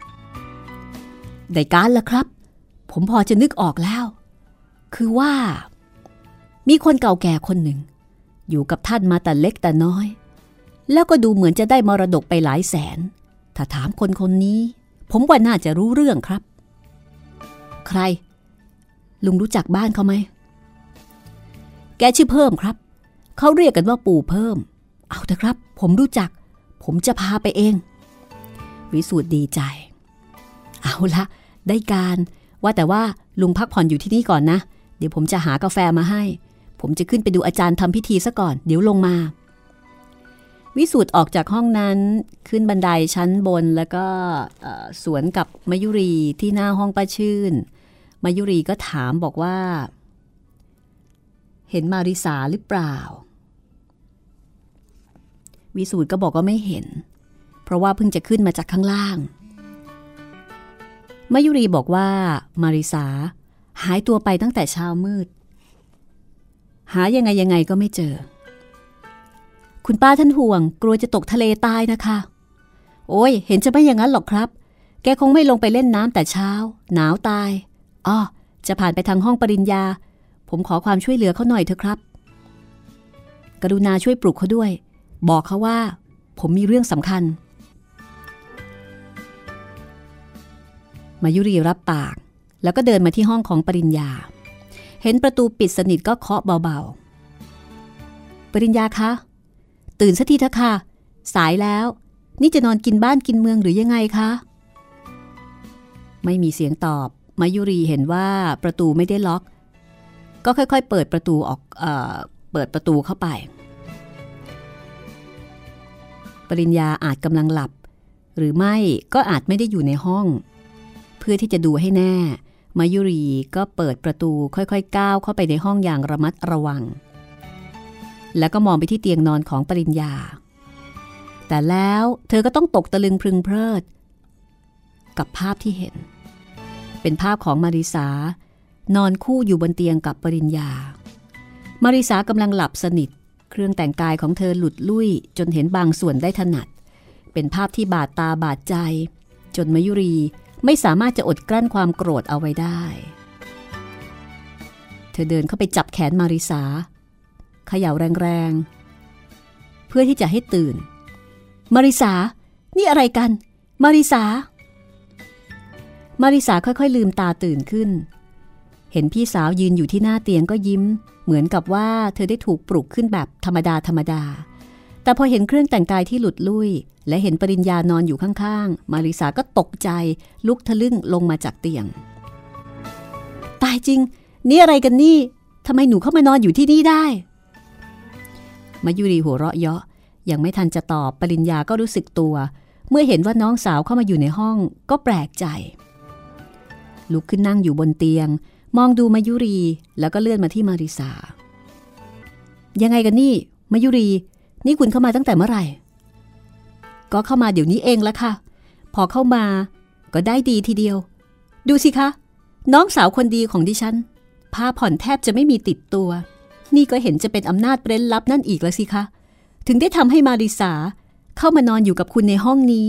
ได้การแล้วครับผมพอจะนึกออกแล้วคือว่ามีคนเก่าแก่คนหนึ่งอยู่กับท่านมาแต่เล็กแต่น้อยแล้วก็ดูเหมือนจะได้มรดกไปหลายแสนถ้าถามคนคนนี้ผมว่าน่าจะรู้เรื่องครับใครลุงรู้จักบ้านเขาไหมแกชื่อเพิ่มครับเขาเรียกกันว่าปู่เพิ่มเอาเถอะครับผมรู้จักผมจะพาไปเองวิสูตรดีใจเอาละได้การว่าแต่ว่าลุงพักผ่อนอยู่ที่นี่ก่อนนะเดี๋ยวผมจะหากาแฟมาให้ผมจะขึ้นไปดูอาจารย์ทำพิธีซะก่อนเดี๋ยวลงมาวิสูตรออกจากห้องนั้นขึ้นบันไดชั้นบนแล้วก็สวนกับมยุรีที่หน้าห้องป้าชื่นมยุรีก็ถามบอกว่าเห็นมาริสาหรือเปล่าวิสูตรก็บอกว่าไม่เห็นเพราะว่าเพิ่งจะขึ้นมาจากข้างล่างมยุรีบอกว่ามาริสาหายตัวไปตั้งแต่เช้ามืดหายังไงยังไงก็ไม่เจอคุณป้าท่านห่วงกลัวจะตกทะเลตายนะคะโอ้ยเห็นจะไม่อย่างนั้นหรอกครับแกคงไม่ลงไปเล่นน้ำแต่เช้าหนาวตายอ้อจะผ่านไปทางห้องปริญญาผมขอความช่วยเหลือเขาหน่อยเถอะครับกรุณาช่วยปลุกเขาด้วยบอกเขาว่าผมมีเรื่องสำคัญมายุรีรับปากแล้วก็เดินมาที่ห้องของปริญญาเห็นประตูปิดสนิทก็เคาะเบาๆปริญญาคะตื่นสักทีเถอะค่ะสายแล้วนี่จะนอนกินบ้านกินเมืองหรือยังไงคะไม่มีเสียงตอบมายุรีเห็นว่าประตูไม่ได้ล็อกก็ค่อยๆเปิดประตูออกเอ่อเปิดประตูเข้าไปปริญญาอาจกำลังหลับหรือไม่ก็อาจไม่ได้อยู่ในห้องเพื่อที่จะดูให้แน่มายุรีก็เปิดประตูค่อยๆก้าวเข้าไปในห้องอย่างระมัดระวังแล้วก็มองไปที่เตียงนอนของปริญญาแต่แล้วเธอก็ต้องตกตะลึงพรึงเพลิดกับภาพที่เห็นเป็นภาพของมาริสานอนคู่อยู่บนเตียงกับปริญญามาริสากำลังหลับสนิทเครื่องแต่งกายของเธอหลุดลุ่ยจนเห็นบางส่วนได้ถนัดเป็นภาพที่บาดตาบาดใจจนมายุรีไม่สามารถจะอดกลั้นความโกรธเอาไว้ได้เธอเดินเข้าไปจับแขนมาริสาเขย่าแรงๆเพื่อที่จะให้ตื่นมาริสานี่อะไรกันมาริสามาริสาค่อยๆลืมตาตื่นขึ้นเห็นพี่สาวยืนอยู่ที่หน้าเตียงก็ยิ้มเหมือนกับว่าเธอได้ถูกปลุกขึ้นแบบธรรมดาธรรมดาแต่พอเห็นเครื่องแต่งกายที่หลุดลุ่ยและเห็นปริญญานอนอยู่ข้างๆมาริสาก็ตกใจลุกทะลึ่งลงมาจากเตียงตายจริงนี่อะไรกันนี่ทำไมหนูเข้ามานอนอยู่ที่นี่ได้มายุรีหัวเราะเยาะยังไม่ทันจะตอบปริญญาก็รู้สึกตัวเมื่อเห็นว่าน้องสาวเข้ามาอยู่ในห้องก็แปลกใจลุกขึ้นนั่งอยู่บนเตียงมองดูมายุรีแล้วก็เลื่อนมาที่มาริสายังไงกันนี่มายุรีนี่คุณเข้ามาตั้งแต่เมื่อไหร่ก็เข้ามาเดี๋ยวนี้เองละค่ะพอเข้ามาก็ได้ดีทีเดียวดูสิคะน้องสาวคนดีของดิฉันผ้าผ่อนแทบจะไม่มีติดตัวนี่ก็เห็นจะเป็นอำนาจเร้นลับนั่นอีกแล้วสิคะถึงได้ทำให้มาริสาเข้ามานอนอยู่กับคุณในห้องนี้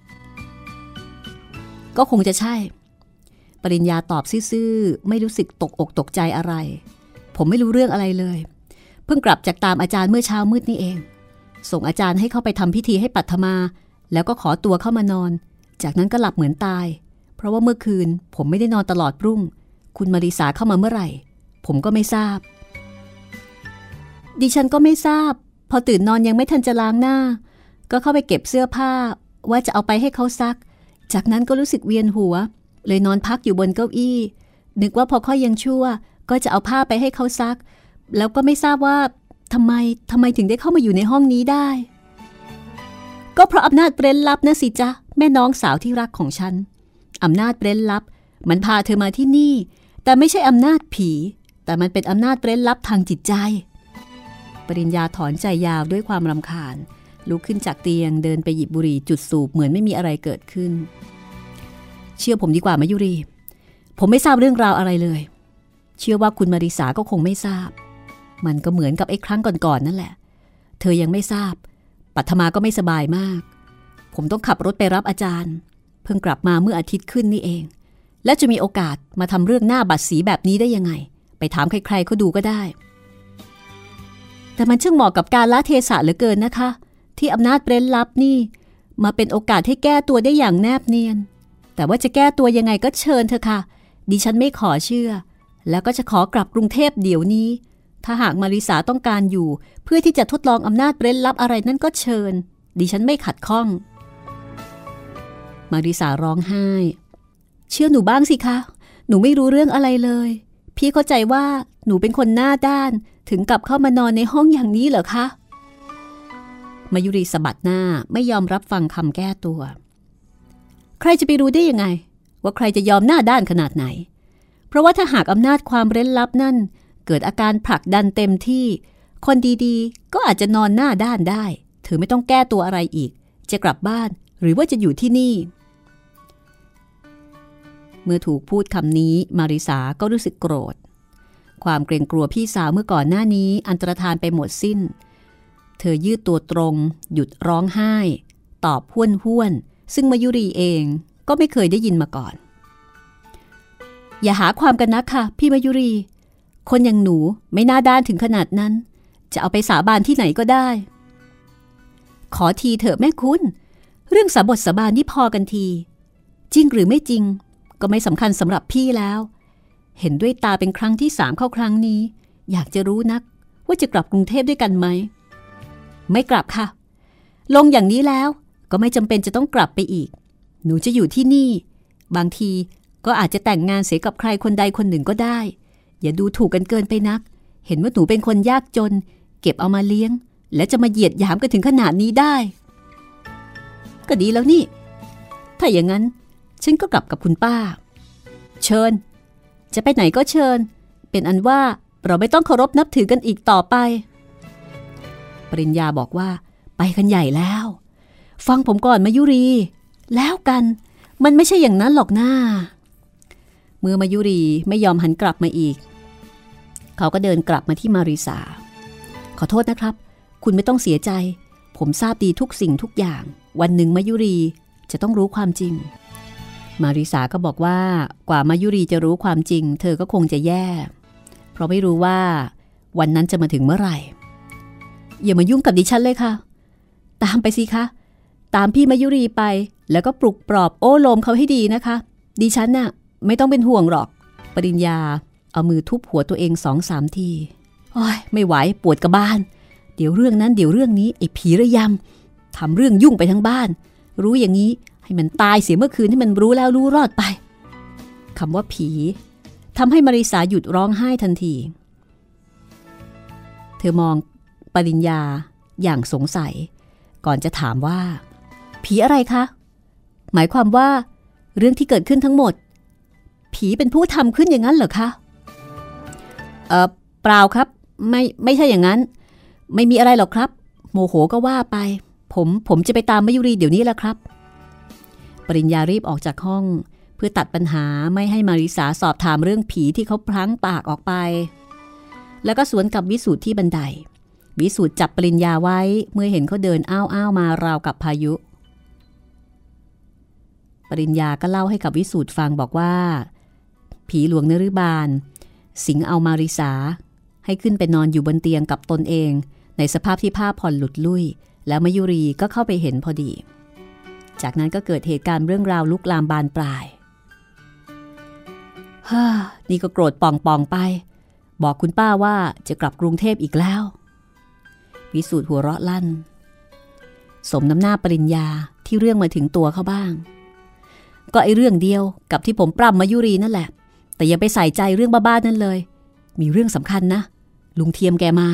ก็คงจะใช่ปริญญาตอบซื่อๆไม่รู้สึกตกอกตกใจอะไรผมไม่รู้เรื่องอะไรเลยเพิ่งกลับจากตามอาจารย์เมื่อเช้ามืดนี่เองส่งอาจารย์ให้เข้าไปทำพิธีให้ปัทมาแล้วก็ขอตัวเข้ามานอนจากนั้นก็หลับเหมือนตายเพราะว่าเมื่อคืนผมไม่ได้นอนตลอดรุ่งคุณมาริสาเข้ามาเมื่อไหร่ผมก็ไม่ทราบดิฉันก็ไม่ทราบพอตื่นนอนยังไม่ทันจะล้างหน้าก็เข้าไปเก็บเสื้อผ้าว่าจะเอาไปให้เขาซักจากนั้นก็รู้สึกเวียนหัวเลยนอนพักอยู่บนเก้าอี้นึกว่าพอค่อยยังชั่วก็จะเอาผ้าไปให้เขาซักแล้วก็ไม่ทราบว่าทำไมทำไมถึงได้เข้ามาอยู่ในห้องนี้ได้ก็เพราะอำนาจเร้นลับนะสิจ๊ะแม่น้องสาวที่รักของฉันอำนาจเร้นลับมันพาเธอมาที่นี่แต่ไม่ใช่อำนาจผีแต่มันเป็นอำนาจเร้นลับทางจิตใจปริญญาถอนใจยาวด้วยความรำคาญลุกขึ้นจากเตียงเดินไปหยิบบุหรี่จุดสูบเหมือนไม่มีอะไรเกิดขึ้นเชื่อผมดีกว่ามายุรีผมไม่ทราบเรื่องราวอะไรเลยเชื่อว่าคุณมาริสาก็คงไม่ทราบมันก็เหมือนกับไอ้ครั้งก่อนๆนั่นแหละเธอยังไม่ทราบปัทมาก็ไม่สบายมากผมต้องขับรถไปรับอาจารย์เพิ่งกลับมาเมื่ออาทิตย์ขึ้นนี่เองและจะมีโอกาสมาทำเรื่องหน้าบัดสีแบบนี้ได้ยังไงไปถามใครๆเขาดูก็ได้แต่มันช่างเหมาะกับการละเทศะเหลือเกินนะคะที่อำนาจเร้นลับนี่มาเป็นโอกาสให้แก้ตัวได้อย่างแนบเนียนแต่ว่าจะแก้ตัวยังไงก็เชิญเถอะค่ะดิฉันไม่ขอเชื่อแล้วก็จะขอกลับกรุงเทพเดี๋ยวนี้ถ้าหากมาริสาต้องการอยู่เพื่อที่จะทดลองอำนาจเร้นลับอะไรนั่นก็เชิญดิฉันไม่ขัดข้องมาริสาร้องไห้เชื่อหนูบ้างสิคะหนูไม่รู้เรื่องอะไรเลยพี่เข้าใจว่าหนูเป็นคนหน้าด้านถึงกับเข้ามานอนในห้องอย่างนี้เหรอคะมายุรีสะบัดหน้าไม่ยอมรับฟังคำแก้ตัวใครจะไปรู้ได้ยังไงว่าใครจะยอมหน้าด้านขนาดไหนเพราะว่าถ้าหากอำนาจความเร้นลับนั่นเกิดอาการผลักดันเต็มที่คนดีๆก็อาจจะนอนหน้าด้านได้เธอไม่ต้องแก้ตัวอะไรอีกจะกลับบ้านหรือว่าจะอยู่ที่นี่เมื่อถูกพูดคำนี้มาริสาก็รู้สึกโกรธความเกรงกลัวพี่สาวเมื่อก่อนหน้านี้อันตรธานไปหมดสิ้นเธอยืดตัวตรงหยุดร้องไห้ตอบห้วนห้วนซึ่งมายุรีเองก็ไม่เคยได้ยินมาก่อนอย่าหาความกันนะค่ะพี่มายุรีคนอย่างหนูไม่น่าด้านถึงขนาดนั้นจะเอาไปสาบานที่ไหนก็ได้ขอทีเถอะแม่คุณเรื่องสาบทสาบานนี่พอกันทีจริงหรือไม่จริงก็ไม่สำคัญสำหรับพี่แล้วเห็นด้วยตาเป็นครั้งที่สามเข้าครั้งนี้อยากจะรู้นักว่าจะกลับกรุงเทพด้วยกันไหมไม่กลับค่ะลงอย่างนี้แล้วก็ไม่จำเป็นจะต้องกลับไปอีกหนูจะอยู่ที่นี่บางทีก็อาจจะแต่งงานเสียกับใครคนใดคนหนึ่งก็ได้อย่าดูถูกกันเกินไปนักเห็นว่าหนูเป็นคนยากจนเก็บเอามาเลี้ยงและจะมาเหยียดหยามกันถึงขนาดนี้ได้ก็ดีแล้วนี่ถ้าอย่างนั้นฉันก็กลับกับคุณป้าเชิญจะไปไหนก็เชิญเป็นอันว่าเราไม่ต้องเคารพนับถือกันอีกต่อไปปริญญาบอกว่าไปกันใหญ่แล้วฟังผมก่อนมายุรีแล้วกันมันไม่ใช่อย่างนั้นหรอกหน้าเมื่อมายุรีไม่ยอมหันกลับมาอีกเขาก็เดินกลับมาที่มาริสาขอโทษนะครับคุณไม่ต้องเสียใจผมทราบดีทุกสิ่งทุกอย่างวันหนึ่งมายุรีจะต้องรู้ความจริงมาริสาก็บอกว่ากว่ามายุรีจะรู้ความจริงเธอก็คงจะแย่เพราะไม่รู้ว่าวันนั้นจะมาถึงเมื่อไหร่อย่ามายุ่งกับดิฉันเลยค่ะตามไปสิคะตามพี่มายุรีไปแล้วก็ปลุกปลอบโอ้โลมเขาให้ดีนะคะดิฉันน่ะไม่ต้องเป็นห่วงหรอกปริญญาเอามือทุบหัวตัวเองสองสามทีโอ้ยไม่ไหวปวดกระบาลเดี๋ยวเรื่องนั้นเดี๋ยวเรื่องนี้ไอ้ผีระยำทำเรื่องยุ่งไปทั้งบ้านรู้อย่างนี้ให้มันตายเสียเมื่อคืนที่มันรู้แล้วรู้รอดไปคำว่าผีทำให้มาริสาหยุดร้องไห้ทันทีเธอมองปริญญาอย่างสงสัยก่อนจะถามว่าผีอะไรคะหมายความว่าเรื่องที่เกิดขึ้นทั้งหมดผีเป็นผู้ทำขึ้นอย่างนั้นเหรอคะเออเปล่าครับไม่ไม่ใช่อย่างนั้นไม่มีอะไรหรอกครับโมโหก็ว่าไปผมผมจะไปตามมยุรีเดี๋ยวนี้แหละครับปริญญารีบออกจากห้องเพื่อตัดปัญหาไม่ให้มาริสาสอบถามเรื่องผีที่เขาพลั้งปากออกไปแล้วก็สวนกับวิสูตรที่บันไดวิสูตรจับปริญญาไว้เมื่อเห็นเขาเดินอ้าวอ้าวมาราวกับพายุปริญญาก็เล่าให้กับวิสูตรฟังบอกว่าผีหลวงนฤบาลสิงเอามาริสาให้ขึ้นไปนอนอยู่บนเตียงกับตนเองในสภาพที่ผ้าผ่อนหลุดลุ่ยแล้วมยุรีก็เข้าไปเห็นพอดีจากนั้นก็เกิดเหตุการณ์เรื่องราวลุกลามบานปลายฮ่านี่ก็โกรธป่องๆไปบอกคุณป้าว่าจะกลับกรุงเทพอีกแล้ววิสูตรหัวเราะลั่นสมน้ำหน้าปริญญาที่เรื่องมาถึงตัวเขาบ้างก็ไอเรื่องเดียวกับที่ผมปล้ำมายุรีนั่นแหละแต่อย่าไปใส่ใจเรื่องบ้าๆนั่นเลยมีเรื่องสำคัญนะลุงเทียมแกมา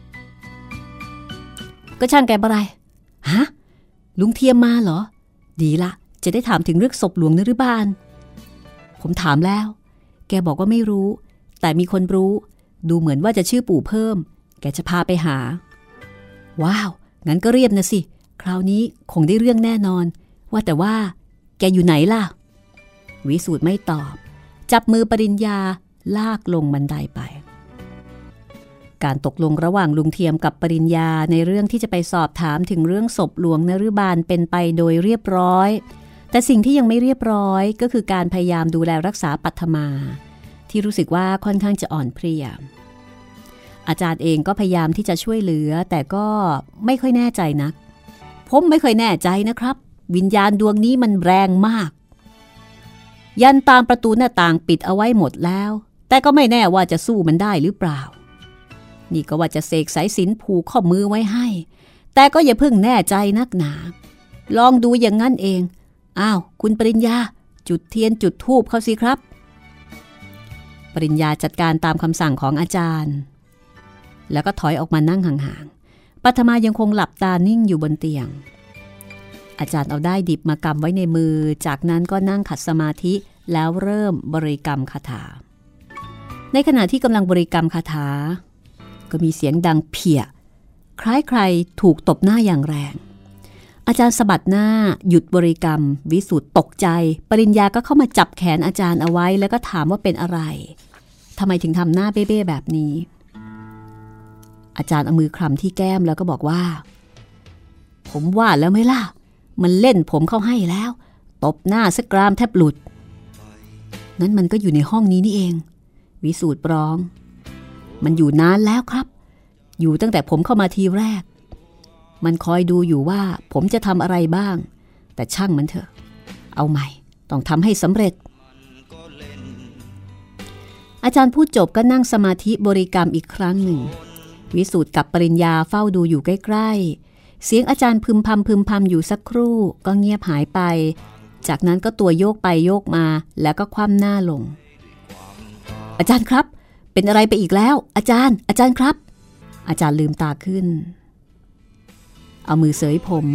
ก็ช่างแกบ่ไรฮะลุงเทียมมาเหรอดีละจะได้ถามถึงเรื่องศพหลวงนฤบาลผมถามแล้วแกบอกว่าไม่รู้แต่มีคนรู้ดูเหมือนว่าจะชื่อปู่เพิ่มแกจะพาไปหาว้าวงั้นก็เรียบนะสิคราวนี้คงได้เรื่องแน่นอนว่าแต่ว่าแกอยู่ไหนล่ะวิสูตรไม่ตอบจับมือปริญญาลากลงบันไดไปการตกลงระหว่างลุงเทียมกับปริญญาในเรื่องที่จะไปสอบถามถึงเรื่องศพหลวงนฤบาลเป็นไปโดยเรียบร้อยแต่สิ่งที่ยังไม่เรียบร้อยก็คือการพยายามดูแลรักษาปัทมาที่รู้สึกว่าค่อนข้างจะอ่อนเพลียอาจารย์เองก็พยายามที่จะช่วยเหลือแต่ก็ไม่ค่อยแน่ใจนักผมไม่ค่อยแน่ใจนะครับวิญญาณดวงนี้มันแรงมากยันตามประตูหน้าต่างปิดเอาไว้หมดแล้วแต่ก็ไม่แน่ว่าจะสู้มันได้หรือเปล่านี่ก็ว่าจะเสกสายสิญจน์ผูกข้อมือไว้ให้แต่ก็อย่าเพิ่งแน่ใจนักหนาลองดูอย่างนั้นเองอ้าวคุณปริญญาจุดเทียนจุดธูปเขาสิครับปริญญาจัดการตามคำสั่งของอาจารย์แล้วก็ถอยออกมานั่งห่างๆปัทมายังคงหลับตานิ่งอยู่บนเตียงอาจารย์เอาได้ดิบมากำไว้ในมือจากนั้นก็นั่งขัดสมาธิแล้วเริ่มบริกรรมคาถาในขณะที่กำลังบริกรรมคาถาก็มีเสียงดังเพี้ยคล้ายใครถูกตบหน้าอย่างแรงอาจารย์สะบัดหน้าหยุดบริกรรมวิสุทธ์ตกใจปริญญาก็เข้ามาจับแขนอาจารย์เอาไว้แล้วก็ถามว่าเป็นอะไรทำไมถึงทำหน้าเบ้ๆแบบนี้อาจารย์เอามือคลำที่แก้มแล้วก็บอกว่าผมว่าแล้วไหมล่ะมันเล่นผมเข้าให้แล้วตบหน้าสักกรามแทบหลุดนั้นมันก็อยู่ในห้องนี้นี่เองวิสูตรร้องมันอยู่นานแล้วครับอยู่ตั้งแต่ผมเข้ามาทีแรกมันคอยดูอยู่ว่าผมจะทำอะไรบ้างแต่ช่างมันเถอะเอาใหม่ต้องทำให้สำเร็จอาจารย์พูดจบก็นั่งสมาธิบริกรรมอีกครั้งหนึ่งวิสูตรกับปริญญาเฝ้าดูอยู่ใกล้ๆเสียงอาจารย์พึมพำพึมพำอยู่สักครู่ก็เงียบหายไปจากนั้นก็ตัวโยกไปโยกมาแล้วก็คว่ำหน้าลงอาจารย์ครับเป็นอะไรไปอีกแล้วอาจารย์อาจารย์ครับอาจารย์ลืมตาขึ้นเอามือเสยผม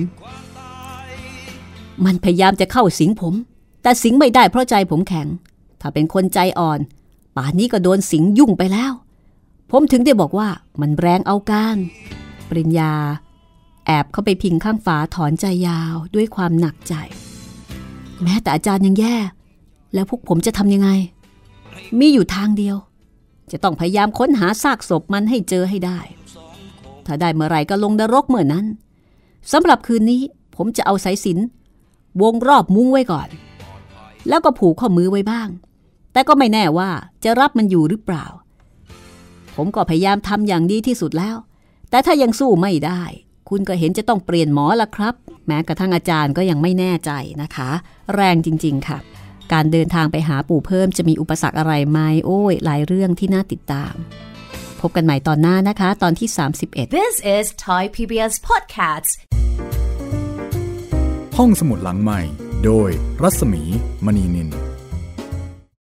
มันพยายามจะเข้าสิงผมแต่สิงไม่ได้เพราะใจผมแข็งถ้าเป็นคนใจอ่อนป่านนี้ก็โดนสิงยุ่งไปแล้วผมถึงได้บอกว่ามันแรงเอาการปริญญาแอบเข้าไปพิงข้างฝาถอนใจยาวด้วยความหนักใจแม้แต่อาจารย์ยังแย่แล้วพวกผมจะทำยังไงมีอยู่ทางเดียวจะต้องพยายามค้นหาซากศพมันให้เจอให้ได้ถ้าได้เมื่อไหร่ก็ลงนรกเมื่อนั้นสำหรับคืนนี้ผมจะเอาสายสิญจน์วงรอบมุ้งไว้ก่อนแล้วก็ผูกข้อมือไว้บ้างแต่ก็ไม่แน่ว่าจะรับมันอยู่หรือเปล่าผมก็พยายามทำอย่างดีที่สุดแล้วแต่ถ้ายังสู้ไม่ได้คุณก็เห็นจะต้องเปลี่ยนหมอละครับแม้กระทั่งอาจารย์ก็ยังไม่แน่ใจนะคะแรงจริงๆค่ะการเดินทางไปหาปู่เพิ่มจะมีอุปสรรคอะไรไหมโอ้ยหลายเรื่องที่น่าติดตามพบกันใหม่ตอนหน้านะคะตอนที่สามสิบเอ็ด This is Thai พี บี เอส Podcast ห้องสมุดหลังใหม่โดยรัศมีมณีนิน